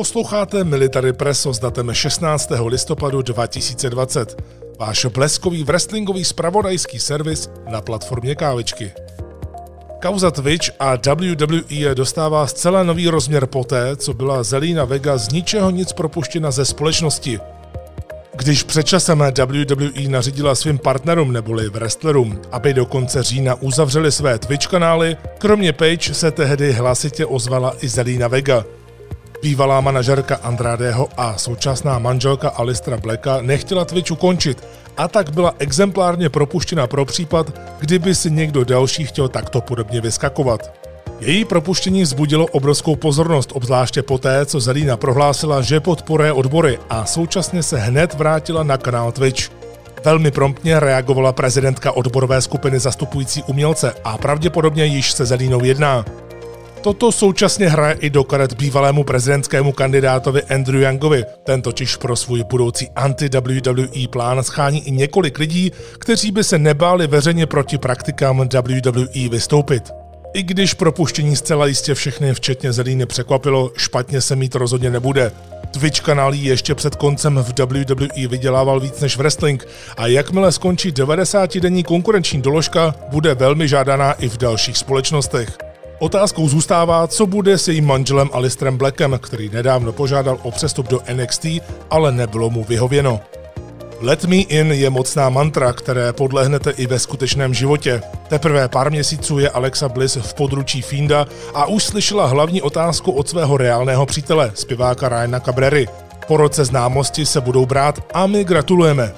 Posloucháte Military Presso s datem 16. listopadu 2020. Váš bleskový wrestlingový zpravodajský servis na platformě Kávičky. Kauza Twitch a WWE dostává zcela nový rozměr poté, co byla Zelina Vega z ničeho nic propuštěna ze společnosti. Když před časem WWE nařídila svým partnerům neboli wrestlerům, aby do konce října uzavřeli své Twitch kanály, kromě Paige se tehdy hlasitě ozvala i Zelina Vega. Bývalá manažerka Andradeho a současná manželka Aleisteira Blacka nechtěla Twitch ukončit a tak byla exemplárně propuštěna pro případ, kdyby si někdo další chtěl takto podobně vyskakovat. Její propuštění vzbudilo obrovskou pozornost, obzvláště poté, co Zelina prohlásila, že podporuje odbory a současně se hned vrátila na kanál Twitch. Velmi promptně reagovala prezidentka odborové skupiny zastupující umělce a pravděpodobně již se Zelinou jedná. Toto současně hraje i do karet bývalému prezidentskému kandidátovi Andrew Youngovi. Ten totiž pro svůj budoucí anti-WWE plán schání i několik lidí, kteří by se nebáli veřejně proti praktikám WWE vystoupit. I když propuštění zcela jistě všechny, včetně Zeliny, překvapilo, špatně se mít rozhodně nebude. Twitch kanál ještě před koncem v WWE vydělával víc než wrestling a jakmile skončí 90-denní konkurenční doložka, bude velmi žádaná i v dalších společnostech. Otázkou zůstává, co bude s jejím manželem Aleisterem Blackem, který nedávno požádal o přestup do NXT, ale nebylo mu vyhověno. Let me in je mocná mantra, které podlehnete i ve skutečném životě. Teprve pár měsíců je Alexa Bliss v područí Fienda a už slyšela hlavní otázku od svého reálného přítele, zpěváka Ryana Cabrery. Po roce známosti se budou brát a my gratulujeme.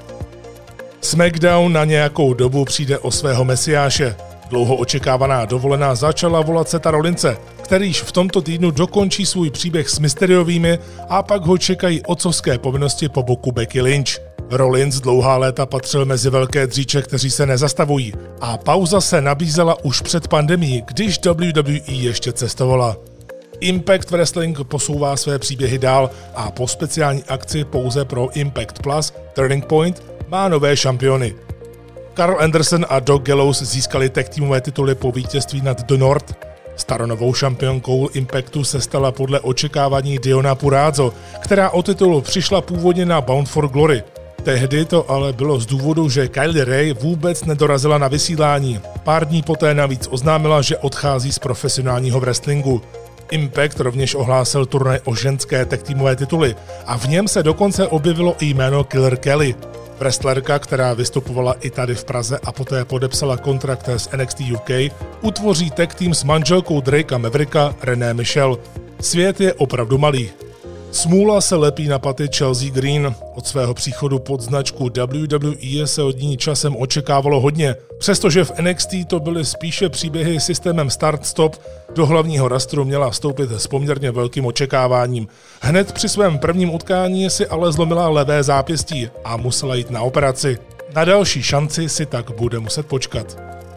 SmackDown na nějakou dobu přijde o svého mesiáše. Dlouho očekávaná dovolená začala volat Setha Rollinse, kterýž v tomto týdnu dokončí svůj příběh s Mysteriovými a pak ho čekají otcovské povinnosti po boku Becky Lynch. Rollins dlouhá léta patřil mezi velké dříče, kteří se nezastavují a pauza se nabízela už před pandemií, když WWE ještě cestovala. Impact Wrestling posouvá své příběhy dál a po speciální akci pouze pro Impact Plus Turning Point má nové šampiony. Karl Anderson a Doc Gallows získali tag týmové tituly po vítězství nad The North. Staronovou šampionkou Impactu se stala podle očekávání Deonna Purrazzo, která o titul přišla původně na Bound for Glory. Tehdy to ale bylo z důvodu, že Kylie Ray vůbec nedorazila na vysílání. Pár dní poté navíc oznámila, že odchází z profesionálního wrestlingu. Impact rovněž ohlásil turnaj o ženské tag týmové tituly a v něm se dokonce objevilo i jméno Killer Kelly. Wrestlerka, která vystupovala i tady v Praze a poté podepsala kontrakt s NXT UK, utvoří tag tým s manželkou Drakea Mavericka René Michelle. Svět je opravdu malý. Smůla se lepí na paty Chelsea Green. Od svého příchodu pod značku WWE se od ní časem očekávalo hodně. Přestože v NXT to byly spíše příběhy systémem start-stop, do hlavního rastru měla vstoupit s poměrně velkým očekáváním. Hned při svém prvním utkání si ale zlomila levé zápěstí a musela jít na operaci. Na další šanci si tak bude muset počkat.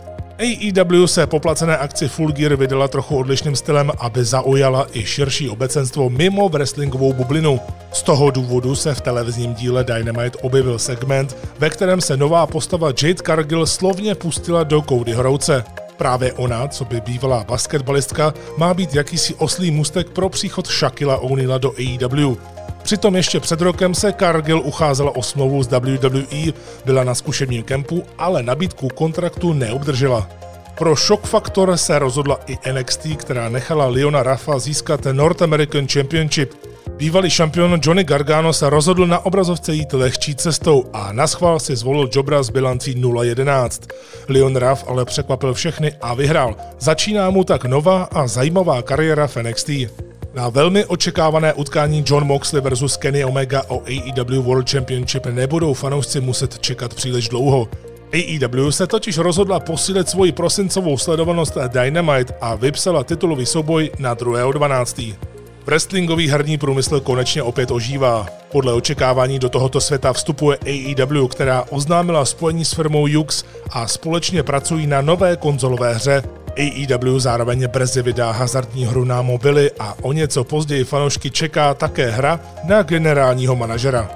AEW se po placené akci Full Gear vydala trochu odlišným stylem, aby zaujala i širší obecenstvo mimo wrestlingovou bublinu. Z toho důvodu se v televizním díle Dynamite objevil segment, ve kterém se nová postava Jade Cargill slovně pustila do Codyho rouce. Právě ona, co by bývalá basketbalistka, má být jakýsi oslý můstek pro příchod Shaquilla O'Neala do AEW. Přitom ještě před rokem se Cargill ucházela o smlouvu s WWE, byla na zkušebním kempu, ale nabídku kontraktu neobdržela. Pro shock faktor se rozhodla i NXT, která nechala Leona Ruffa získat North American Championship. Bývalý šampion Johnny Gargano se rozhodl na obrazovce jít lehčí cestou a naschvál si zvolil jobra s bilancí 0-11. Leon Ruff ale překvapil všechny a vyhrál. Začíná mu tak nová a zajímavá kariéra v NXT. Na velmi očekávané utkání Jon Moxley vs Kenny Omega o AEW World Championship nebudou fanoušci muset čekat příliš dlouho. AEW se totiž rozhodla posílit svoji prosincovou sledovanost Dynamite a vypsala titulový souboj na 2.12. Wrestlingový herní průmysl konečně opět ožívá. Podle očekávání do tohoto světa vstupuje AEW, která oznámila spojení s firmou Jux a společně pracují na nové konzolové hře. AEW zároveň brzy vydá hazardní hru na mobily a o něco později fanoušky čeká také hra na generálního manažera.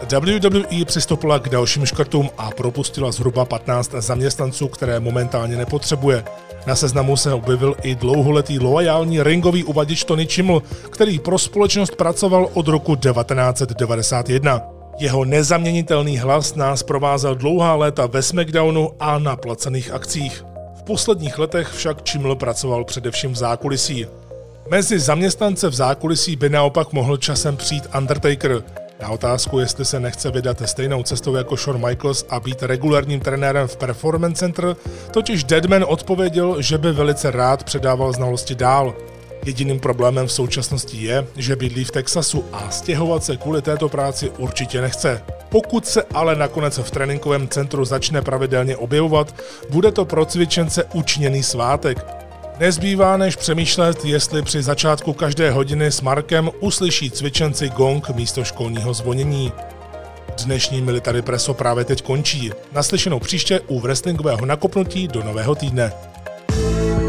WWE přistoupila k dalším škrtům a propustila zhruba 15 zaměstnanců, které momentálně nepotřebuje. Na seznamu se objevil i dlouholetý loajální ringový uvaděč Tony Chimel, který pro společnost pracoval od roku 1991. Jeho nezaměnitelný hlas nás provázel dlouhá léta ve SmackDownu a na placených akcích. V posledních letech však Chimel pracoval především v zákulisí. Mezi zaměstnance v zákulisí by naopak mohl časem přijít Undertaker. Na otázku, jestli se nechce vydat stejnou cestou jako Shawn Michaels a být regulárním trenérem v Performance Center, totiž Deadman odpověděl, že by velice rád předával znalosti dál. Jediným problémem v současnosti je, že bydlí v Texasu a stěhovat se kvůli této práci určitě nechce. Pokud se ale nakonec v tréninkovém centru začne pravidelně objevovat, bude to pro cvičence učiněný svátek. Nezbývá než přemýšlet, jestli při začátku každé hodiny s Markem uslyší cvičenci gong místo školního zvonění. Dnešní Military Presso právě teď končí. Naslyšenou příště u wrestlingového nakopnutí do nového týdne.